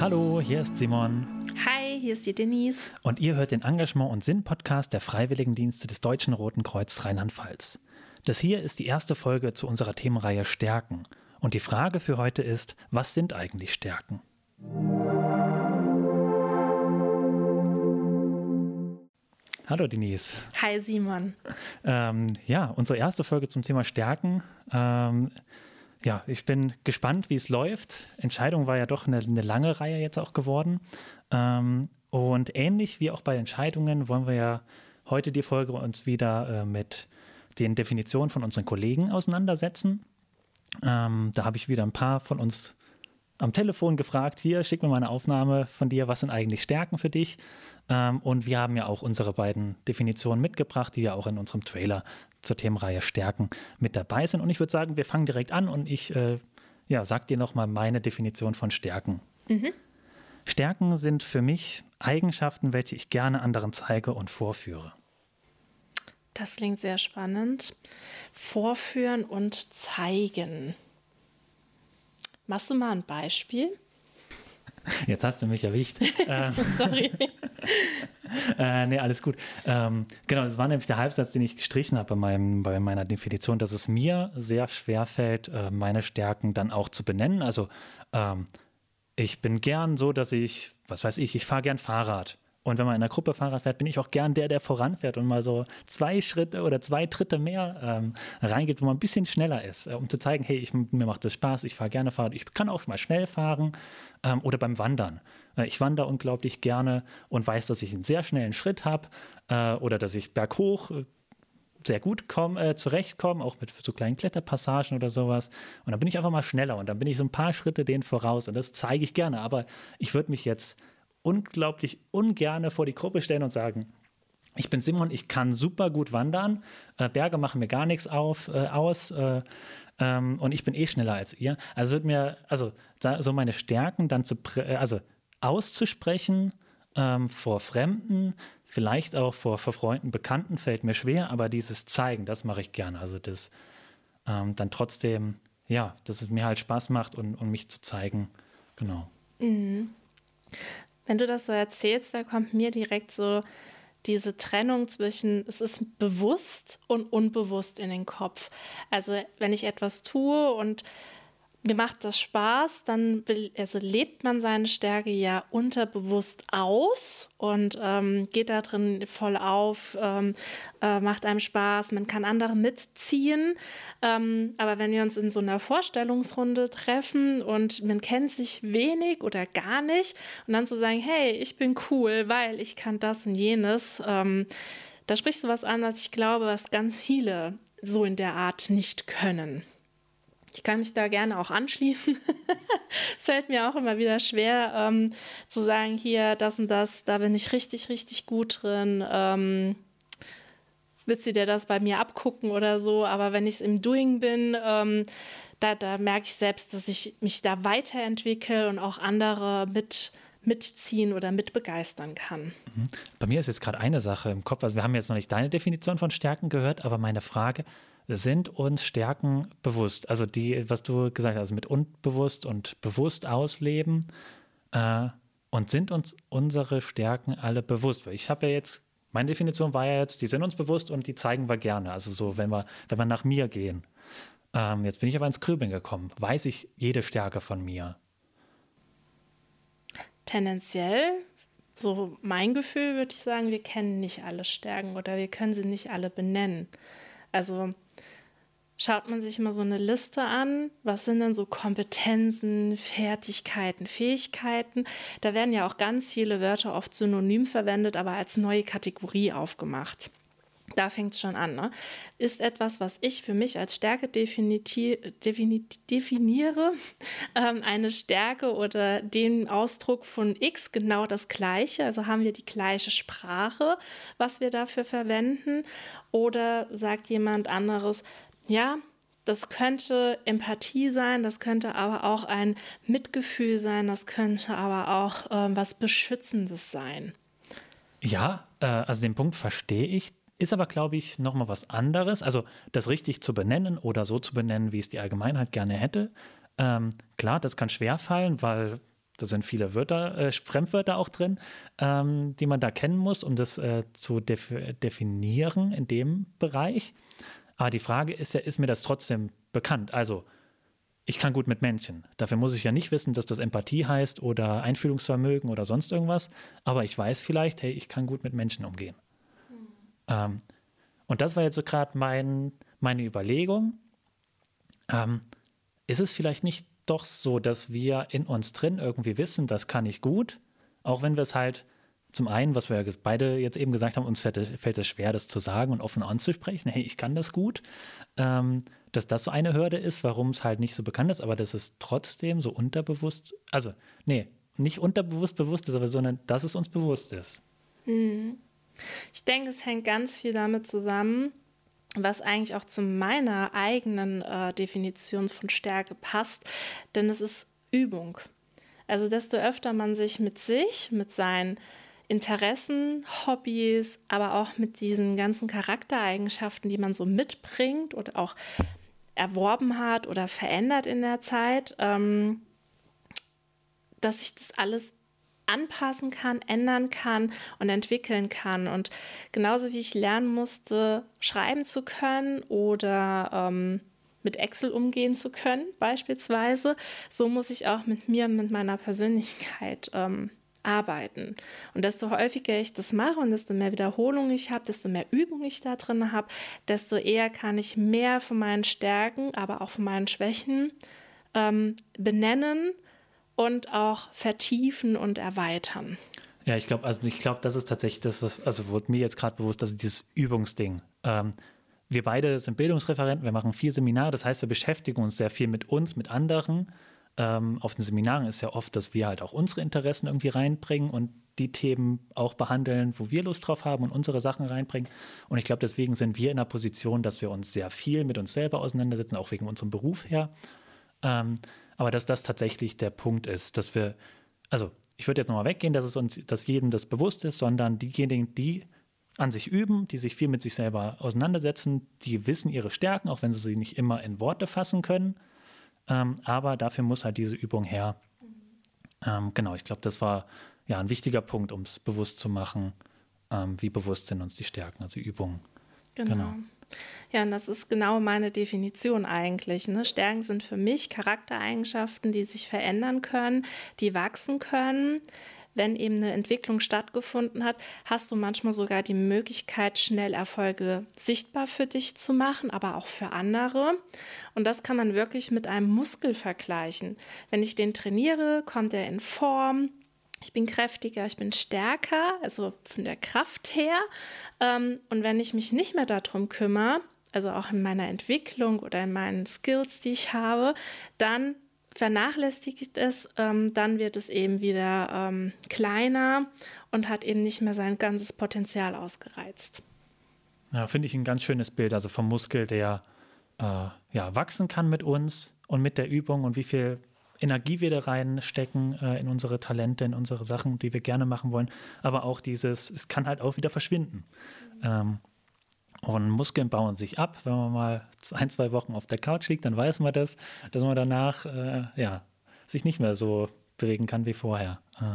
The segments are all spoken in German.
Hallo, hier ist Simon. Hi, hier ist die Denise. Und ihr hört den Engagement- und Sinn-Podcast der Freiwilligendienste des Deutschen Roten Kreuz Rheinland-Pfalz. Das hier ist die erste Folge zu unserer Themenreihe Stärken. Und die Frage für heute ist, was sind eigentlich Stärken? Hallo Denise. Hi Simon. Unsere erste Folge zum Thema Stärken. Ich bin gespannt, wie es läuft. Entscheidung war ja doch eine lange Reihe jetzt auch geworden. Und ähnlich wie auch bei Entscheidungen wollen wir ja heute die Folge uns wieder mit den Definitionen von unseren Kollegen auseinandersetzen. Da habe ich wieder ein paar von uns am Telefon gefragt, hier, schick mir mal eine Aufnahme von dir, was sind eigentlich Stärken für dich? Und wir haben ja auch unsere beiden Definitionen mitgebracht, die ja auch in unserem Trailer zur Themenreihe Stärken mit dabei sind. Und ich würde sagen, wir fangen direkt an und ich sag dir nochmal meine Definition von Stärken. Mhm. Stärken sind für mich Eigenschaften, welche ich gerne anderen zeige und vorführe. Das klingt sehr spannend. Vorführen und zeigen. Machst du mal ein Beispiel? Jetzt hast du mich erwischt. Sorry. Nee, alles gut. Genau, das war nämlich der Halbsatz, den ich gestrichen habe bei meiner Definition, dass es mir sehr schwer fällt, meine Stärken dann auch zu benennen. Also ich bin gern so, dass ich fahre gern Fahrrad. Und wenn man in einer Gruppe Fahrrad fährt, bin ich auch gern der voranfährt und mal so 2 Schritte oder 2 Tritte mehr reingeht, wo man ein bisschen schneller ist, um zu zeigen, hey, mir macht das Spaß, ich fahre gerne Fahrrad, ich kann auch mal schnell fahren oder beim Wandern. Ich wandere unglaublich gerne und weiß, dass ich einen sehr schnellen Schritt habe oder dass ich berghoch sehr gut zurechtkomme, auch mit so kleinen Kletterpassagen oder sowas. Und dann bin ich einfach mal schneller und dann bin ich so ein paar Schritte denen voraus und das zeige ich gerne. Aber ich würde mich jetzt unglaublich ungerne vor die Gruppe stellen und sagen, ich bin Simon, ich kann super gut wandern, Berge machen mir gar nichts aus und ich bin schneller als ihr. Also wird mir, so meine Stärken dann auszusprechen vor Fremden, vielleicht auch vor Freunden, Bekannten fällt mir schwer, aber dieses Zeigen, das mache ich gerne. Also das dann trotzdem, dass es mir halt Spaß macht und mich zu zeigen, genau. Mhm. Wenn du das so erzählst, da kommt mir direkt so diese Trennung zwischen, es ist bewusst und unbewusst in den Kopf. Also wenn ich etwas tue und mir macht das Spaß, dann lebt man seine Stärke ja unterbewusst aus und geht da drin voll auf, macht einem Spaß, man kann andere mitziehen. Aber wenn wir uns in so einer Vorstellungsrunde treffen und man kennt sich wenig oder gar nicht und dann zu sagen, hey, ich bin cool, weil ich kann das und jenes, da sprichst du was an, was ich glaube, was ganz viele so in der Art nicht können. Ich kann mich da gerne auch anschließen. Es fällt mir auch immer wieder schwer, zu sagen, hier, das und das, da bin ich richtig, richtig gut drin. Willst du dir das bei mir abgucken oder so? Aber wenn ich es im Doing bin, da merke ich selbst, dass ich mich da weiterentwickle und auch andere mitziehen oder mitbegeistern kann. Bei mir ist jetzt gerade eine Sache im Kopf. Also wir haben jetzt noch nicht deine Definition von Stärken gehört, aber meine Frage, sind uns Stärken bewusst? Also die, was du gesagt hast, mit unbewusst und bewusst ausleben und sind uns unsere Stärken alle bewusst? Weil ich habe ja jetzt, meine Definition war ja jetzt, die sind uns bewusst und die zeigen wir gerne. Also so, wenn wir nach mir gehen. Jetzt bin ich aber ins Grübeln gekommen. Weiß ich jede Stärke von mir? Tendenziell, so mein Gefühl, würde ich sagen, wir kennen nicht alle Stärken oder wir können sie nicht alle benennen. Also schaut man sich mal so eine Liste an, was sind denn so Kompetenzen, Fertigkeiten, Fähigkeiten? Da werden ja auch ganz viele Wörter oft synonym verwendet, aber als neue Kategorie aufgemacht. Da fängt es schon an, ne? Ist etwas, was ich für mich als Stärke definiere, eine Stärke oder den Ausdruck von X genau das Gleiche? Also haben wir die gleiche Sprache, was wir dafür verwenden? Oder sagt jemand anderes, ja, das könnte Empathie sein, das könnte aber auch ein Mitgefühl sein, das könnte aber auch was Beschützendes sein. Ja, also den Punkt verstehe ich. Ist aber, glaube ich, nochmal was anderes. Also das richtig zu benennen oder so zu benennen, wie es die Allgemeinheit gerne hätte. Klar, das kann schwerfallen, weil Da sind viele Wörter, Fremdwörter auch drin, die man da kennen muss, um das zu definieren in dem Bereich. Aber die Frage ist ja, ist mir das trotzdem bekannt? Also, ich kann gut mit Menschen. Dafür muss ich ja nicht wissen, dass das Empathie heißt oder Einfühlungsvermögen oder sonst irgendwas. Aber ich weiß vielleicht, hey, ich kann gut mit Menschen umgehen. Und das war jetzt so gerade meine Überlegung. Ist es vielleicht nicht doch so, dass wir in uns drin irgendwie wissen, das kann ich gut, auch wenn wir es halt zum einen, was wir ja beide jetzt eben gesagt haben, uns fällt es schwer, das zu sagen und offen anzusprechen, hey, ich kann das gut, dass das so eine Hürde ist, warum es halt nicht so bekannt ist, aber dass es trotzdem so unterbewusst, also nee, nicht unterbewusst bewusst ist, aber sondern dass es uns bewusst ist. Ich denke, es hängt ganz viel damit zusammen, was eigentlich auch zu meiner eigenen Definition von Stärke passt, denn es ist Übung. Also desto öfter man sich, mit seinen Interessen, Hobbys, aber auch mit diesen ganzen Charaktereigenschaften, die man so mitbringt oder auch erworben hat oder verändert in der Zeit, dass sich das alles anpassen kann, ändern kann und entwickeln kann. Und genauso wie ich lernen musste, schreiben zu können oder mit Excel umgehen zu können, beispielsweise, so muss ich auch mit meiner Persönlichkeit arbeiten. Und desto häufiger ich das mache und desto mehr Wiederholung ich habe, desto mehr Übung ich da drin habe, desto eher kann ich mehr von meinen Stärken, aber auch von meinen Schwächen benennen und auch vertiefen und erweitern. Ja, ich glaube, das ist tatsächlich das, wurde mir jetzt gerade bewusst, dass dieses Übungsding. Wir beide sind Bildungsreferenten, wir machen 4 Seminare, das heißt, wir beschäftigen uns sehr viel mit uns, mit anderen. Auf den Seminaren ist ja oft, dass wir halt auch unsere Interessen irgendwie reinbringen und die Themen auch behandeln, wo wir Lust drauf haben und unsere Sachen reinbringen. Und ich glaube, deswegen sind wir in der Position, dass wir uns sehr viel mit uns selber auseinandersetzen, auch wegen unserem Beruf her. Aber dass das tatsächlich der Punkt ist, dass wir, also ich würde jetzt nochmal weggehen, dass jedem das bewusst ist, sondern diejenigen, die an sich üben, die sich viel mit sich selber auseinandersetzen, die wissen ihre Stärken, auch wenn sie nicht immer in Worte fassen können. Aber dafür muss halt diese Übung her. Genau, ich glaube, das war ja ein wichtiger Punkt, um es bewusst zu machen, wie bewusst sind uns die Stärken, also Übungen. Genau. Ja, und das ist genau meine Definition eigentlich. Ne? Stärken sind für mich Charaktereigenschaften, die sich verändern können, die wachsen können. Wenn eben eine Entwicklung stattgefunden hat, hast du manchmal sogar die Möglichkeit, schnell Erfolge sichtbar für dich zu machen, aber auch für andere. Und das kann man wirklich mit einem Muskel vergleichen. Wenn ich den trainiere, kommt er in Form. Ich bin kräftiger, ich bin stärker, also von der Kraft her. Und wenn ich mich nicht mehr darum kümmere, also auch in meiner Entwicklung oder in meinen Skills, die ich habe, dann vernachlässigt es, dann wird es eben wieder kleiner und hat eben nicht mehr sein ganzes Potenzial ausgereizt. Ja, finde ich ein ganz schönes Bild, also vom Muskel, der wachsen kann mit uns und mit der Übung und wie viel Energie wir da reinstecken in unsere Talente, in unsere Sachen, die wir gerne machen wollen, aber auch es kann halt auch wieder verschwinden. Und Muskeln bauen sich ab. Wenn man mal 1-2 Wochen auf der Couch liegt, dann weiß man das, dass man danach sich nicht mehr so bewegen kann wie vorher.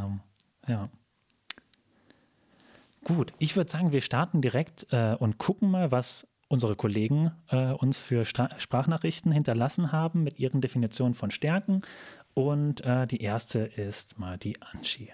Gut, ich würde sagen, wir starten direkt und gucken mal, was unsere Kollegen uns für Sprachnachrichten hinterlassen haben mit ihren Definitionen von Stärken. Und die erste ist mal die Angie.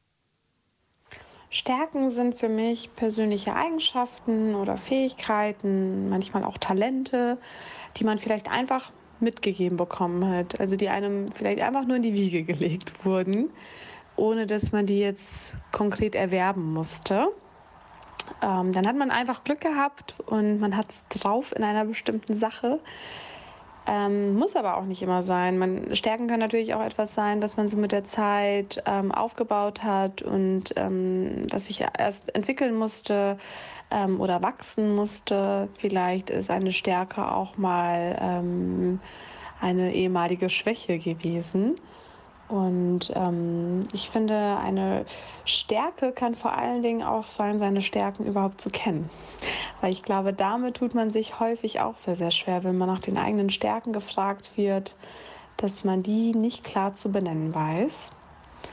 Stärken sind für mich persönliche Eigenschaften oder Fähigkeiten, manchmal auch Talente, die man vielleicht einfach mitgegeben bekommen hat. Also die einem vielleicht einfach nur in die Wiege gelegt wurden, ohne dass man die jetzt konkret erwerben musste. Dann hat man einfach Glück gehabt und man hat es drauf in einer bestimmten Sache. Muss aber auch nicht immer sein. Stärken können natürlich auch etwas sein, was man so mit der Zeit aufgebaut hat und was sich erst entwickeln musste oder wachsen musste. Vielleicht ist eine Stärke auch mal eine ehemalige Schwäche gewesen. Und ich finde, eine Stärke kann vor allen Dingen auch sein, seine Stärken überhaupt zu kennen. Weil ich glaube, damit tut man sich häufig auch sehr, sehr schwer, wenn man nach den eigenen Stärken gefragt wird, dass man die nicht klar zu benennen weiß.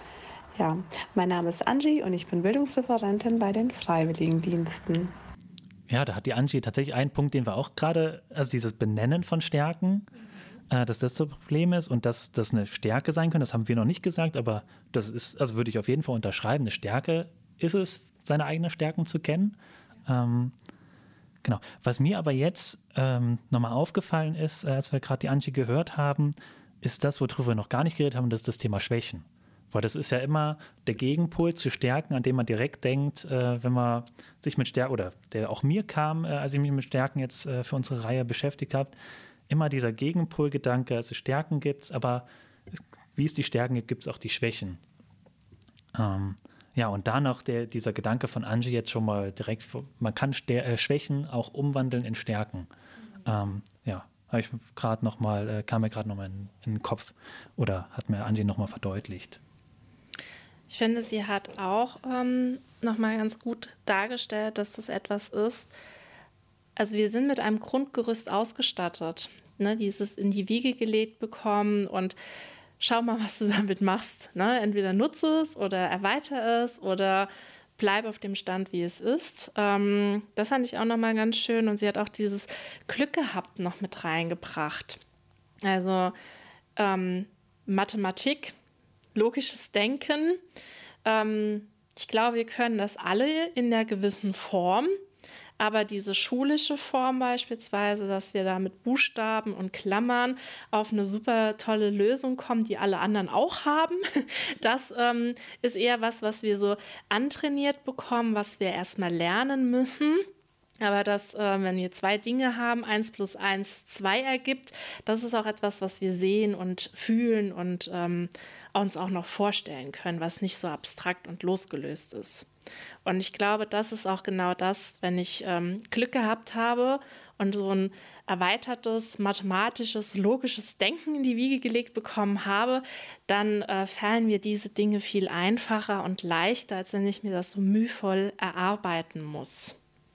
Ja, mein Name ist Angie und ich bin Bildungsreferentin bei den Freiwilligendiensten. Ja, da hat die Angie tatsächlich einen Punkt, den wir auch gerade, also dieses Benennen von Stärken, dass das so ein Problem ist und dass das eine Stärke sein könnte. Das haben wir noch nicht gesagt, aber das ist, also würde ich auf jeden Fall unterschreiben. Eine Stärke ist es, seine eigenen Stärken zu kennen. Genau. Was mir aber jetzt nochmal aufgefallen ist, als wir gerade die Angie gehört haben, ist das, worüber wir noch gar nicht geredet haben, das ist das Thema Schwächen. Weil das ist ja immer der Gegenpol zu Stärken, an dem man direkt denkt, wenn man sich mit Stärken, oder der auch mir kam, als ich mich mit Stärken jetzt für unsere Reihe beschäftigt habe, immer dieser Gegenpolgedanke, also Stärken gibt es, aber wie es die Stärken gibt, gibt es auch die Schwächen. Ja, und da noch dieser Gedanke von Angie jetzt schon mal direkt, man kann Schwächen auch umwandeln in Stärken. Ja, habe ich gerade noch mal, kam mir gerade nochmal in den Kopf oder hat mir Angie nochmal verdeutlicht. Ich finde, sie hat auch nochmal ganz gut dargestellt, dass das etwas ist. Also wir sind mit einem Grundgerüst ausgestattet. Ne? Dieses in die Wiege gelegt bekommen und schau mal, was du damit machst. Ne? Entweder nutze es oder erweitere es oder bleib auf dem Stand, wie es ist. Das fand ich auch nochmal ganz schön. Und sie hat auch dieses Glück gehabt noch mit reingebracht. Also Mathematik, logisches Denken. Ich glaube, wir können das alle in einer gewissen Form. Aber diese schulische Form beispielsweise, dass wir da mit Buchstaben und Klammern auf eine super tolle Lösung kommen, die alle anderen auch haben, das ist eher was wir so antrainiert bekommen, was wir erstmal lernen müssen. Aber dass, wenn wir zwei Dinge haben, 1 + 1 2 ergibt, das ist auch etwas, was wir sehen und fühlen und uns auch noch vorstellen können, was nicht so abstrakt und losgelöst ist. Und ich glaube, das ist auch genau das, wenn ich Glück gehabt habe und so ein erweitertes, mathematisches, logisches Denken in die Wiege gelegt bekommen habe, dann fallen mir diese Dinge viel einfacher und leichter, als wenn ich mir das so mühevoll erarbeiten muss.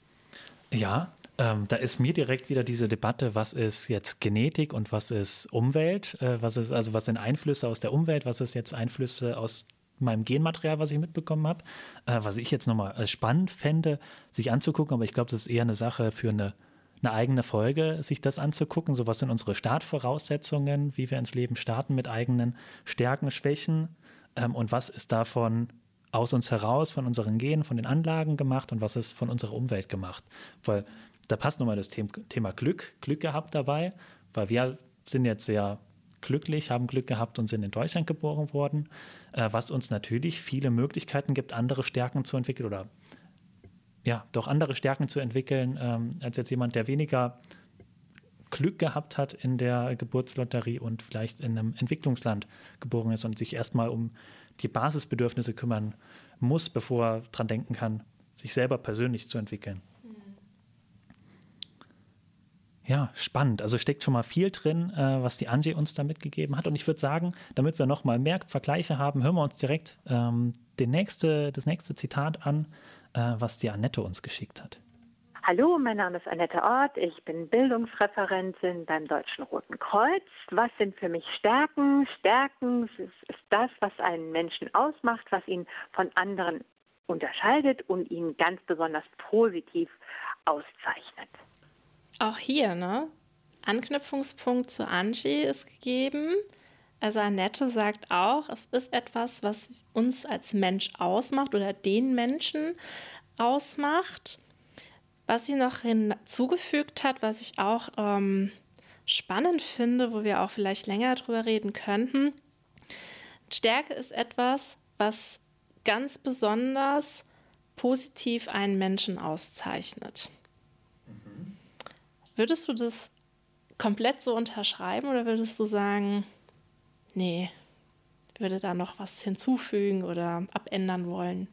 Ja, da ist mir direkt wieder diese Debatte, was ist jetzt Genetik und was ist Umwelt? Was sind Einflüsse aus der Umwelt? Was ist jetzt Einflüsse aus meinem Genmaterial, was ich mitbekommen habe? Was ich jetzt nochmal spannend fände, sich anzugucken, aber ich glaube, das ist eher eine Sache für eine eigene Folge, sich das anzugucken. So, was sind unsere Startvoraussetzungen, wie wir ins Leben starten mit eigenen Stärken, Schwächen und was ist davon aus uns heraus, von unseren Genen, von den Anlagen gemacht und was ist von unserer Umwelt gemacht. Weil da passt nochmal das Thema Glück gehabt dabei, weil wir sind jetzt sehr glücklich, haben Glück gehabt und sind in Deutschland geboren worden, was uns natürlich viele Möglichkeiten gibt, andere Stärken zu entwickeln oder ja, doch andere Stärken zu entwickeln, als jetzt jemand, der weniger Glück gehabt hat in der Geburtslotterie und vielleicht in einem Entwicklungsland geboren ist und sich erstmal um die Basisbedürfnisse kümmern muss, bevor er daran denken kann, sich selber persönlich zu entwickeln. Ja, spannend. Also steckt schon mal viel drin, was die Angie uns da mitgegeben hat. Und ich würde sagen, damit wir noch mal mehr Vergleiche haben, hören wir uns direkt das nächste Zitat an, was die Annette uns geschickt hat. Hallo, mein Name ist Annette Ort. Ich bin Bildungsreferentin beim Deutschen Roten Kreuz. Was sind für mich Stärken? Stärken ist das, was einen Menschen ausmacht, was ihn von anderen unterscheidet und ihn ganz besonders positiv auszeichnet. Auch hier, ne? Anknüpfungspunkt zu Angie ist gegeben. Also Annette sagt auch, es ist etwas, was uns als Mensch ausmacht oder den Menschen ausmacht. Was sie noch hinzugefügt hat, was ich auch spannend finde, wo wir auch vielleicht länger drüber reden könnten. Stärke ist etwas, was ganz besonders positiv einen Menschen auszeichnet. Würdest du das komplett so unterschreiben oder würdest du sagen, nee, ich würde da noch was hinzufügen oder abändern wollen?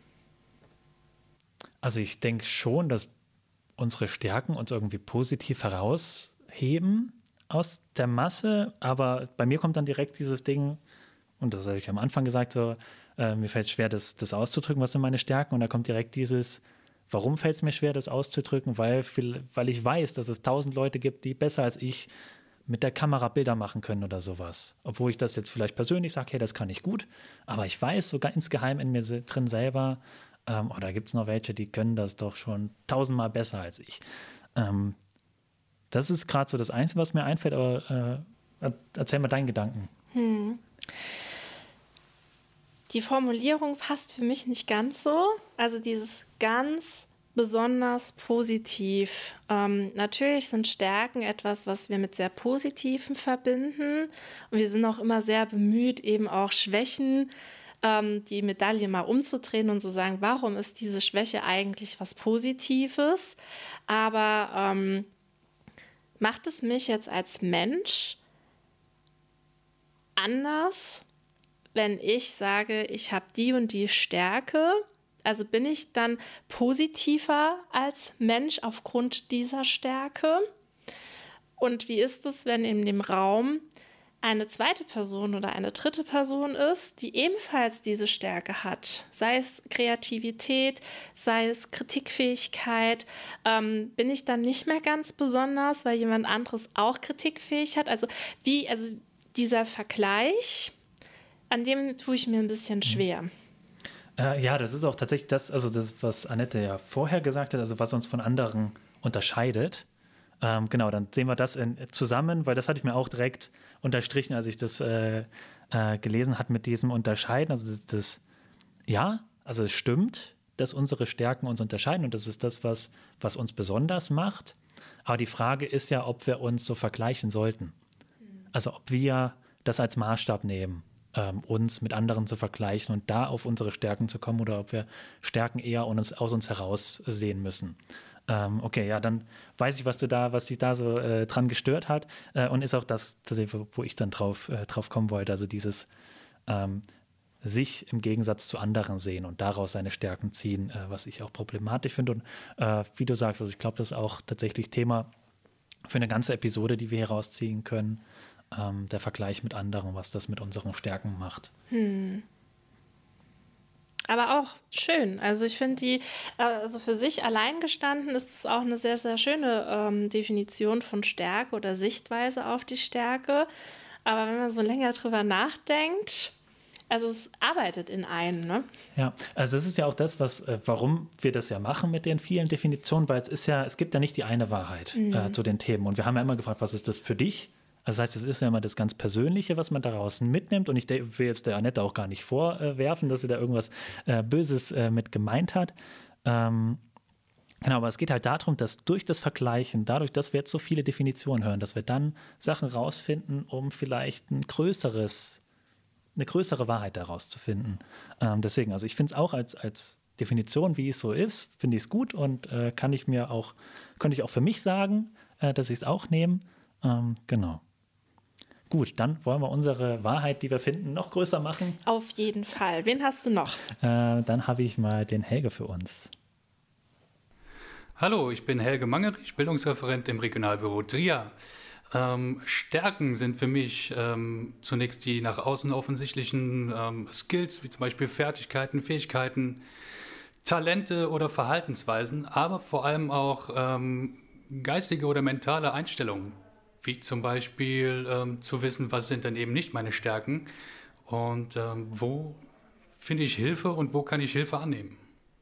Also ich denke schon, dass unsere Stärken uns irgendwie positiv herausheben aus der Masse, aber bei mir kommt dann direkt dieses Ding, und das habe ich am Anfang gesagt, so, mir fällt es schwer, das auszudrücken, was sind meine Stärken, und da kommt direkt dieses, warum fällt es mir schwer, das auszudrücken, weil ich weiß, dass es 1000 Leute gibt, die besser als ich mit der Kamera Bilder machen können oder sowas. Obwohl ich das jetzt vielleicht persönlich sage, hey, das kann ich gut, aber ich weiß sogar insgeheim in mir drin selber, oder gibt es noch welche, die können das doch schon 1000-mal besser als ich. Das ist gerade so das Einzige, was mir einfällt, aber erzähl mal deinen Gedanken. Die Formulierung passt für mich nicht ganz so. Also dieses ganz besonders positiv. Natürlich sind Stärken etwas, was wir mit sehr Positivem verbinden. Und wir sind auch immer sehr bemüht, eben auch Schwächen, die Medaille mal umzudrehen und zu sagen, warum ist diese Schwäche eigentlich was Positives? Aber macht es mich jetzt als Mensch anders, wenn ich sage, ich habe die und die Stärke? Also bin ich dann positiver als Mensch aufgrund dieser Stärke? Und wie ist es, wenn in dem Raum eine zweite Person oder eine dritte Person ist, die ebenfalls diese Stärke hat? Sei es Kreativität, sei es Kritikfähigkeit. Bin ich dann nicht mehr ganz besonders, weil jemand anderes auch kritikfähig hat? Also dieser Vergleich, an dem tue ich mir ein bisschen schwer. Ja, das ist auch tatsächlich das, was Annette ja vorher gesagt hat, also was uns von anderen unterscheidet. Genau, dann sehen wir das zusammen, weil das hatte ich mir auch direkt unterstrichen, als ich das gelesen habe mit diesem Unterscheiden. Also es stimmt, dass unsere Stärken uns unterscheiden und das ist das, was uns besonders macht. Aber die Frage ist ja, ob wir uns so vergleichen sollten. Also ob wir das als Maßstab nehmen, uns mit anderen zu vergleichen und da auf unsere Stärken zu kommen oder ob wir Stärken eher aus uns heraus sehen müssen. Okay, ja, dann weiß ich, was dich da so dran gestört hat und ist auch das, wo ich dann drauf kommen wollte. Also dieses sich im Gegensatz zu anderen sehen und daraus seine Stärken ziehen, was ich auch problematisch finde. Und wie du sagst, also ich glaube, das ist auch tatsächlich Thema für eine ganze Episode, die wir hier rausziehen können. Der Vergleich mit anderen, was das mit unseren Stärken macht. Aber auch schön. Also ich finde also für sich allein gestanden ist es auch eine sehr, sehr schöne Definition von Stärke oder Sichtweise auf die Stärke. Aber wenn man so länger drüber nachdenkt, also es arbeitet in einem, ne? Ja, also es ist ja auch das, warum wir das ja machen mit den vielen Definitionen, weil es gibt ja nicht die eine Wahrheit zu den Themen. Und wir haben ja immer gefragt, was ist das für dich? Also das heißt, es ist ja immer das ganz Persönliche, was man daraus mitnimmt. Und ich will jetzt der Annette auch gar nicht vorwerfen, dass sie da irgendwas Böses mit gemeint hat. Genau, aber es geht halt darum, dass durch das Vergleichen, dadurch, dass wir jetzt so viele Definitionen hören, dass wir dann Sachen rausfinden, um vielleicht eine größere Wahrheit daraus zu finden. Deswegen, also ich finde es auch als Definition, wie es so ist, finde ich es gut und könnte ich auch für mich sagen, dass ich es auch nehme. Genau. Gut, dann wollen wir unsere Wahrheit, die wir finden, noch größer machen. Auf jeden Fall. Wen hast du noch? Dann habe ich mal den Helge für uns. Hallo, ich bin Helge Mangerich, Bildungsreferent im Regionalbüro Trier. Stärken sind für mich zunächst die nach außen offensichtlichen Skills, wie zum Beispiel Fertigkeiten, Fähigkeiten, Talente oder Verhaltensweisen, aber vor allem auch geistige oder mentale Einstellungen, wie zum Beispiel zu wissen, was sind dann eben nicht meine Stärken und wo finde ich Hilfe und wo kann ich Hilfe annehmen.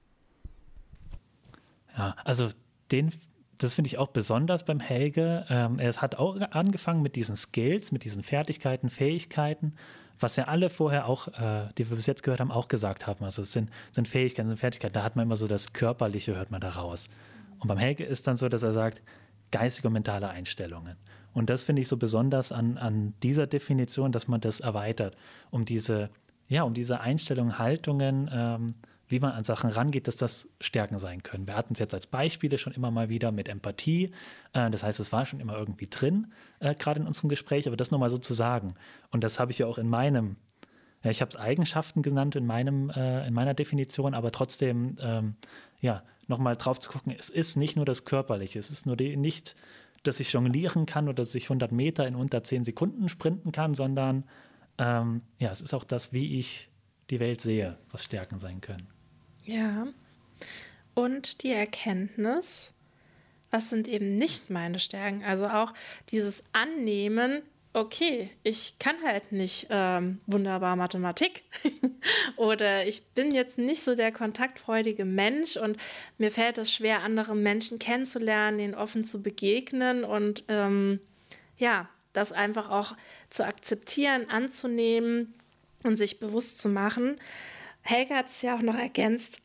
Ja, also das finde ich auch besonders beim Helge. Er hat auch angefangen mit diesen Skills, mit diesen Fertigkeiten, Fähigkeiten, was ja alle vorher auch, die wir bis jetzt gehört haben, auch gesagt haben. Also es sind Fähigkeiten, sind Fertigkeiten, da hat man immer so das Körperliche, hört man da raus. Und beim Helge ist dann so, dass er sagt, geistige und mentale Einstellungen. Und das finde ich so besonders an dieser Definition, dass man das erweitert, um diese Einstellungen, Haltungen, wie man an Sachen rangeht, dass das Stärken sein können. Wir hatten es jetzt als Beispiele schon immer mal wieder mit Empathie. Das heißt, es war schon immer irgendwie drin, gerade in unserem Gespräch, aber das nochmal so zu sagen. Und das habe ich ja auch ich habe es Eigenschaften genannt in meiner Definition, aber trotzdem, nochmal drauf zu gucken, es ist nicht nur das Körperliche, es ist nur nicht, dass ich jonglieren kann oder dass ich 100 Meter in unter 10 Sekunden sprinten kann, sondern es ist auch das, wie ich die Welt sehe, was Stärken sein können. Ja, und die Erkenntnis, was sind eben nicht meine Stärken. Also auch dieses Annehmen, okay, ich kann halt nicht wunderbar Mathematik oder ich bin jetzt nicht so der kontaktfreudige Mensch und mir fällt es schwer, andere Menschen kennenzulernen, ihnen offen zu begegnen und das einfach auch zu akzeptieren, anzunehmen und sich bewusst zu machen. Helga hat es ja auch noch ergänzt,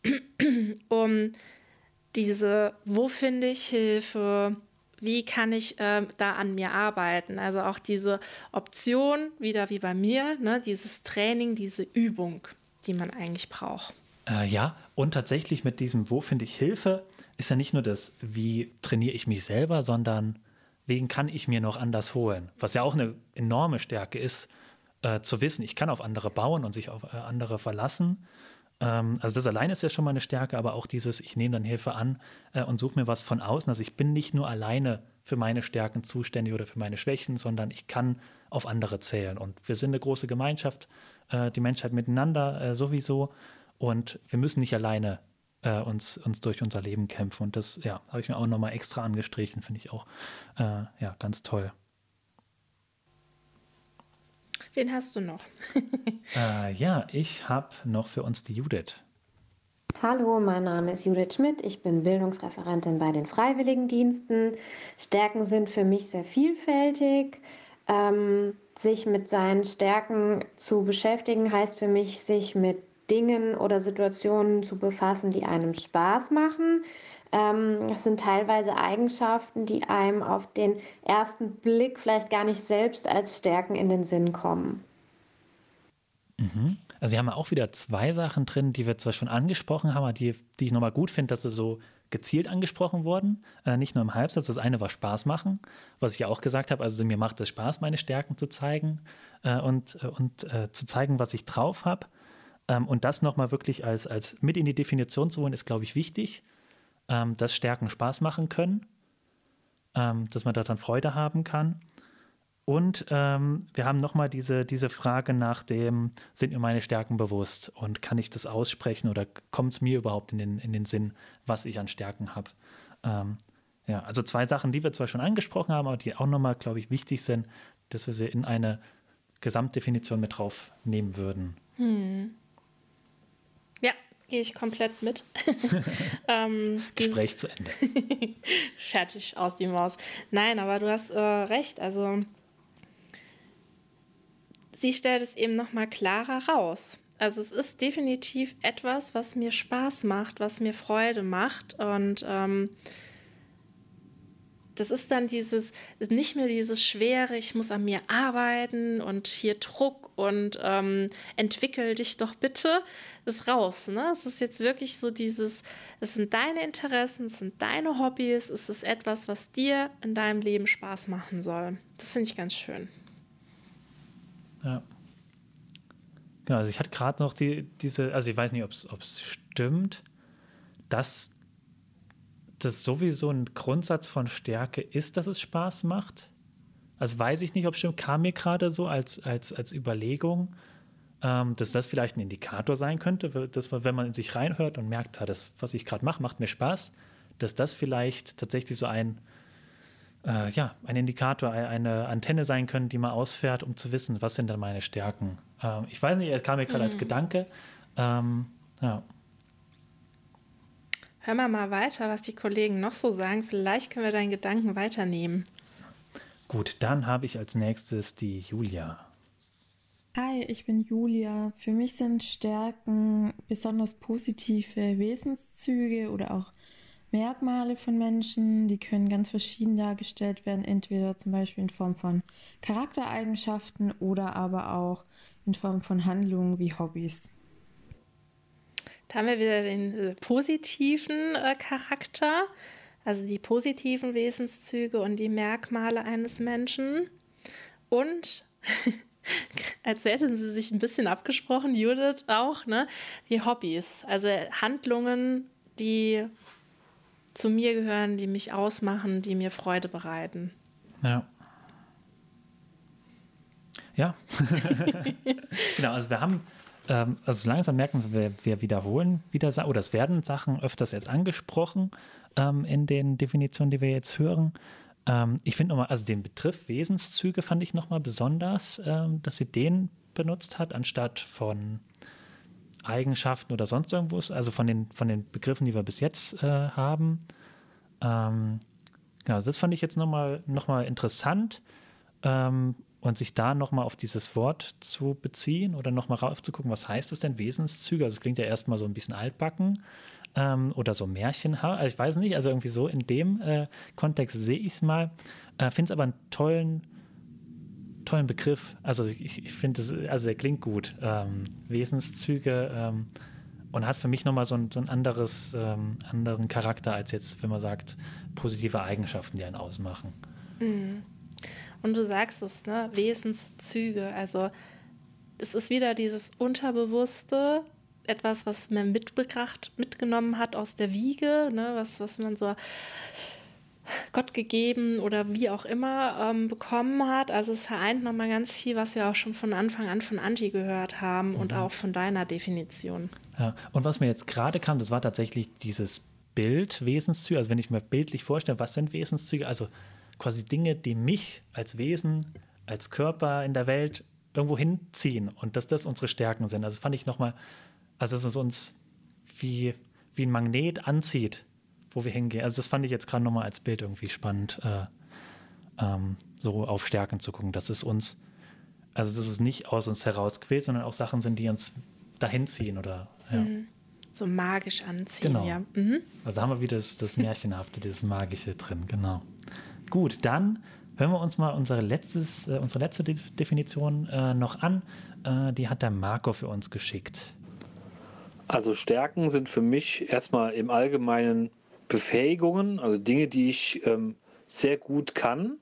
wo finde ich Hilfe, wie kann ich da an mir arbeiten? Also auch diese Option, wieder wie bei mir, ne, dieses Training, diese Übung, die man eigentlich braucht. Ja, und tatsächlich mit diesem wo finde ich Hilfe, ist ja nicht nur das, wie trainiere ich mich selber, sondern wen kann ich mir noch anders holen? Was ja auch eine enorme Stärke ist, zu wissen, ich kann auf andere bauen und sich auf andere verlassen. Also das alleine ist ja schon mal eine Stärke, aber auch dieses, ich nehme dann Hilfe an und suche mir was von außen. Also ich bin nicht nur alleine für meine Stärken zuständig oder für meine Schwächen, sondern ich kann auf andere zählen. Und wir sind eine große Gemeinschaft, die Menschheit miteinander sowieso. Und wir müssen nicht alleine uns durch unser Leben kämpfen. Und das habe ich mir auch nochmal extra angestrichen, finde ich auch ganz toll. Wen hast du noch? Ich habe noch für uns die Judith. Hallo, mein Name ist Judith Schmidt. Ich bin Bildungsreferentin bei den Freiwilligendiensten. Stärken sind für mich sehr vielfältig. Sich mit seinen Stärken zu beschäftigen, heißt für mich, sich mit Dingen oder Situationen zu befassen, die einem Spaß machen. Das sind teilweise Eigenschaften, die einem auf den ersten Blick vielleicht gar nicht selbst als Stärken in den Sinn kommen. Also hier haben wir auch wieder 2 Sachen drin, die wir zwar schon angesprochen haben, aber die ich nochmal gut finde, dass sie so gezielt angesprochen wurden. Nicht nur im Halbsatz. Das eine war Spaß machen, was ich ja auch gesagt habe. Also mir macht es Spaß, meine Stärken zu zeigen und zu zeigen, was ich drauf habe. Und das nochmal wirklich als mit in die Definition zu holen, ist, glaube ich, wichtig. Dass Stärken Spaß machen können, dass man daran Freude haben kann. Und wir haben nochmal diese Frage nach dem, sind mir meine Stärken bewusst und kann ich das aussprechen oder kommt es mir überhaupt in den Sinn, was ich an Stärken habe? Also 2 Sachen, die wir zwar schon angesprochen haben, aber die auch nochmal, glaube ich, wichtig sind, dass wir sie in eine Gesamtdefinition mit drauf nehmen würden. Ja, gehe ich komplett mit. Gespräch zu Ende. Fertig, aus die Maus. Nein, aber du hast recht. Also sie stellt es eben nochmal klarer raus. Also es ist definitiv etwas, was mir Spaß macht, was mir Freude macht. Und das ist dann nicht mehr dieses Schwere, ich muss an mir arbeiten und hier Druck und entwickel dich doch bitte, ist raus. Ne? Es ist jetzt wirklich so es sind deine Interessen, es sind deine Hobbys, es ist etwas, was dir in deinem Leben Spaß machen soll. Das finde ich ganz schön. Ja. Genau, also ich hatte gerade noch also ich weiß nicht, ob es stimmt, dass das sowieso ein Grundsatz von Stärke ist, dass es Spaß macht. Also weiß ich nicht, ob es stimmt, kam mir gerade so als Überlegung, dass das vielleicht ein Indikator sein könnte, dass man, wenn man in sich reinhört und merkt, das, was ich gerade mache, macht mir Spaß, dass das vielleicht tatsächlich so ein Indikator, eine Antenne sein können, die man ausfährt, um zu wissen, was sind denn meine Stärken. Ich weiß nicht, es kam mir gerade als Gedanke. Hör mal weiter, was die Kollegen noch so sagen. Vielleicht können wir deinen Gedanken weiternehmen. Gut, dann habe ich als nächstes die Julia. Hi, ich bin Julia. Für mich sind Stärken besonders positive Wesenszüge oder auch Merkmale von Menschen. Die können ganz verschieden dargestellt werden, entweder zum Beispiel in Form von Charaktereigenschaften oder aber auch in Form von Handlungen wie Hobbys. Da haben wir wieder den positiven Charakter, also die positiven Wesenszüge und die Merkmale eines Menschen. Und als hätten sie sich ein bisschen abgesprochen, Judith auch, ne? Die Hobbys, also Handlungen, die zu mir gehören, die mich ausmachen, die mir Freude bereiten. Ja. Ja. Genau, also wir haben also langsam merken wir wiederholen wieder, oder es werden Sachen öfters jetzt angesprochen. in den Definitionen, die wir jetzt hören. Ich finde nochmal, also den Begriff Wesenszüge fand ich nochmal besonders, dass sie den benutzt hat, anstatt von Eigenschaften oder sonst irgendwas, also von den Begriffen, die wir bis jetzt haben. Genau, das fand ich jetzt nochmal interessant, und sich da nochmal auf dieses Wort zu beziehen oder nochmal raufzugucken, was heißt das denn, Wesenszüge? Also es klingt ja erstmal so ein bisschen altbacken oder so märchenhaft, also ich weiß nicht, also irgendwie so in dem Kontext sehe ich es mal, finde es aber einen tollen Begriff, also ich finde es, also der klingt gut, Wesenszüge, und hat für mich nochmal so ein anderen Charakter als jetzt, wenn man sagt, positive Eigenschaften, die einen ausmachen. Mhm. Und du sagst es, ne? Wesenszüge. Also es ist wieder dieses Unterbewusste, etwas, was man mitgenommen hat aus der Wiege, ne? Was man so Gott gegeben oder wie auch immer bekommen hat. Also es vereint nochmal ganz viel, was wir auch schon von Anfang an von Angie gehört haben und auch von deiner Definition. Ja, und was mir jetzt gerade kam, das war tatsächlich dieses Bild Wesenszüge. Also wenn ich mir bildlich vorstelle, was sind Wesenszüge? Also quasi Dinge, die mich als Wesen, als Körper in der Welt irgendwo hinziehen und dass das unsere Stärken sind. Also das fand ich nochmal, also dass es uns wie ein Magnet anzieht, wo wir hingehen. Also das fand ich jetzt gerade nochmal als Bild irgendwie spannend, so auf Stärken zu gucken, dass es uns, also dass es nicht aus uns herausquillt, sondern auch Sachen sind, die uns dahin ziehen oder ja. So magisch anziehen, Genau. ja. Also da haben wir wieder das Märchenhafte, dieses Magische drin, genau. Gut, dann hören wir uns mal unsere letzte Definition noch an. Die hat der Marco für uns geschickt. Also Stärken sind für mich erstmal im Allgemeinen Befähigungen, also Dinge, die ich sehr gut kann,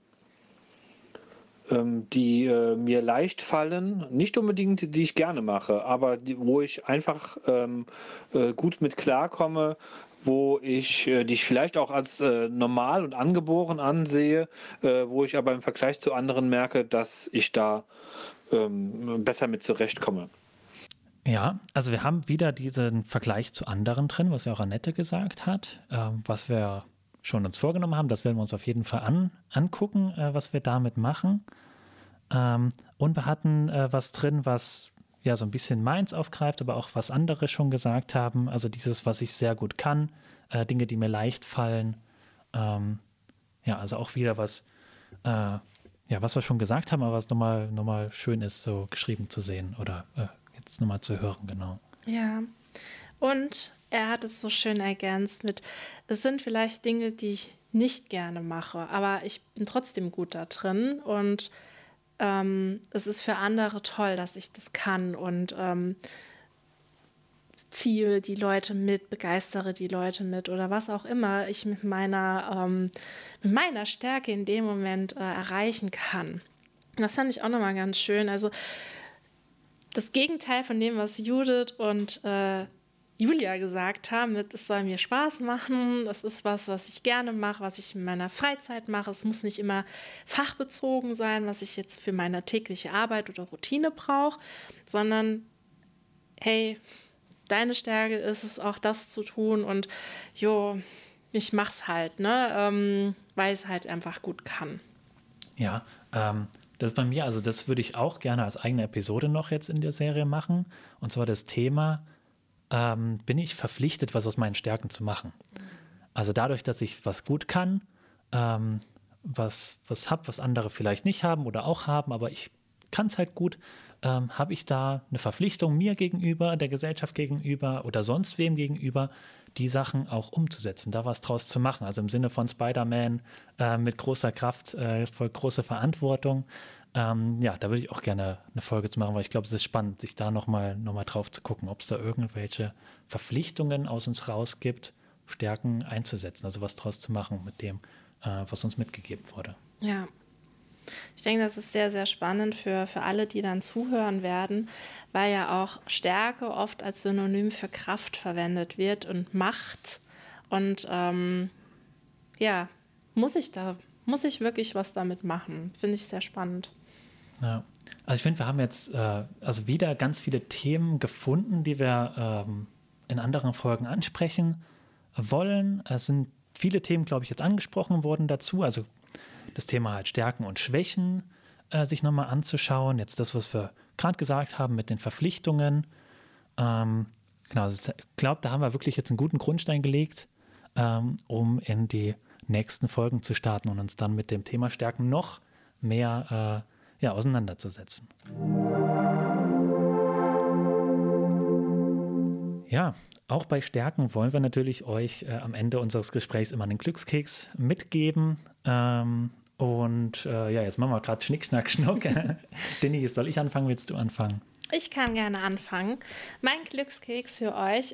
die mir leicht fallen, nicht unbedingt, die ich gerne mache, aber wo ich einfach gut mit klarkomme, die ich vielleicht auch als normal und angeboren ansehe, wo ich aber im Vergleich zu anderen merke, dass ich da besser mit zurechtkomme. Ja, also wir haben wieder diesen Vergleich zu anderen drin, was ja auch Annette gesagt hat, was wir schon uns vorgenommen haben, das werden wir uns auf jeden Fall angucken, was wir damit machen. Und wir hatten was drin, was ja so ein bisschen meins aufgreift, aber auch was andere schon gesagt haben. Also dieses, was ich sehr gut kann, Dinge, die mir leicht fallen. Ja, also auch wieder was, was wir schon gesagt haben, aber was nochmal schön ist, so geschrieben zu sehen oder jetzt nochmal zu hören, genau. Ja, und er hat es so schön ergänzt mit, es sind vielleicht Dinge, die ich nicht gerne mache, aber ich bin trotzdem gut da drin und es ist für andere toll, dass ich das kann und ziehe die Leute mit, begeistere die Leute mit oder was auch immer ich mit meiner Stärke in dem Moment erreichen kann. Das fand ich auch nochmal ganz schön. Also das Gegenteil von dem, was Judith und Julia gesagt haben, mit es soll mir Spaß machen, das ist was ich gerne mache, was ich in meiner Freizeit mache. Es muss nicht immer fachbezogen sein, was ich jetzt für meine tägliche Arbeit oder Routine brauche, sondern hey, deine Stärke ist es auch, das zu tun und ich mach's halt, ne, weil ich es halt einfach gut kann. Ja, das ist bei mir, also das würde ich auch gerne als eigene Episode noch jetzt in der Serie machen, und zwar das Thema, bin ich verpflichtet, was aus meinen Stärken zu machen. Also dadurch, dass ich was gut kann, was habe, was andere vielleicht nicht haben oder auch haben, aber ich kann es halt gut, habe ich da eine Verpflichtung mir gegenüber, der Gesellschaft gegenüber oder sonst wem gegenüber, die Sachen auch umzusetzen, da was draus zu machen. Also im Sinne von Spider-Man mit großer Kraft, voll große Verantwortung. Da würde ich auch gerne eine Folge zu machen, weil ich glaube, es ist spannend, sich da nochmal drauf zu gucken, ob es da irgendwelche Verpflichtungen aus uns raus gibt, Stärken einzusetzen, also was draus zu machen mit dem, was uns mitgegeben wurde. Ja, ich denke, das ist sehr, sehr spannend für alle, die dann zuhören werden, weil ja auch Stärke oft als Synonym für Kraft verwendet wird und Macht. Und muss ich wirklich was damit machen? Finde ich sehr spannend. Ja, also ich finde, wir haben jetzt wieder ganz viele Themen gefunden, die wir in anderen Folgen ansprechen wollen. Es sind viele Themen, glaube ich, jetzt angesprochen wurden dazu. Also das Thema halt Stärken und Schwächen sich nochmal anzuschauen. Jetzt das, was wir gerade gesagt haben mit den Verpflichtungen. Genau, also ich glaube, da haben wir wirklich jetzt einen guten Grundstein gelegt, um in die nächsten Folgen zu starten und uns dann mit dem Thema Stärken noch mehr auseinanderzusetzen. Ja, auch bei Stärken wollen wir natürlich euch am Ende unseres Gesprächs immer einen Glückskeks mitgeben. Jetzt machen wir gerade Schnick, Schnack, Schnuck. Denise, soll ich anfangen? Willst du anfangen? Ich kann gerne anfangen. Mein Glückskeks für euch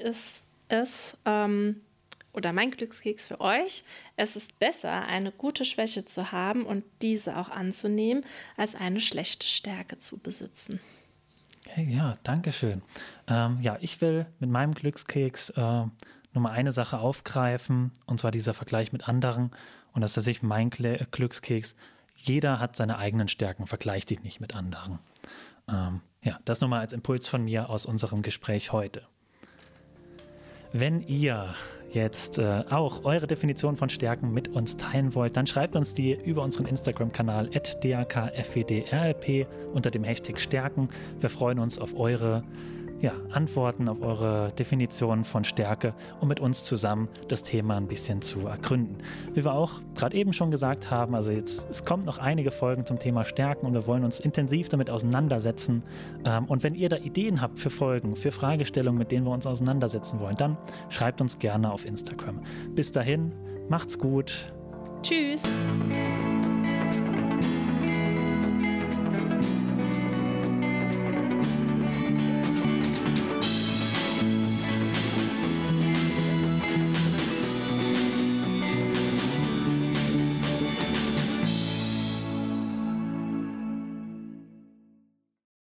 mein Glückskeks für euch, es ist besser, eine gute Schwäche zu haben und diese auch anzunehmen, als eine schlechte Stärke zu besitzen. Hey, ja, danke schön. Ich will mit meinem Glückskeks nur mal eine Sache aufgreifen, und zwar dieser Vergleich mit anderen. Und das ist tatsächlich mein Glückskeks. Jeder hat seine eigenen Stärken, vergleicht dich nicht mit anderen. Das nochmal als Impuls von mir aus unserem Gespräch heute. Wenn ihr jetzt auch eure Definition von Stärken mit uns teilen wollt, dann schreibt uns die über unseren Instagram-Kanal @dakfwdrlp unter dem Hashtag Stärken. Wir freuen uns auf eure Antworten, auf eure Definition von Stärke, um mit uns zusammen das Thema ein bisschen zu ergründen. Wie wir auch gerade eben schon gesagt haben, also es kommt noch einige Folgen zum Thema Stärken und wir wollen uns intensiv damit auseinandersetzen. Und wenn ihr da Ideen habt für Folgen, für Fragestellungen, mit denen wir uns auseinandersetzen wollen, dann schreibt uns gerne auf Instagram. Bis dahin, macht's gut. Tschüss.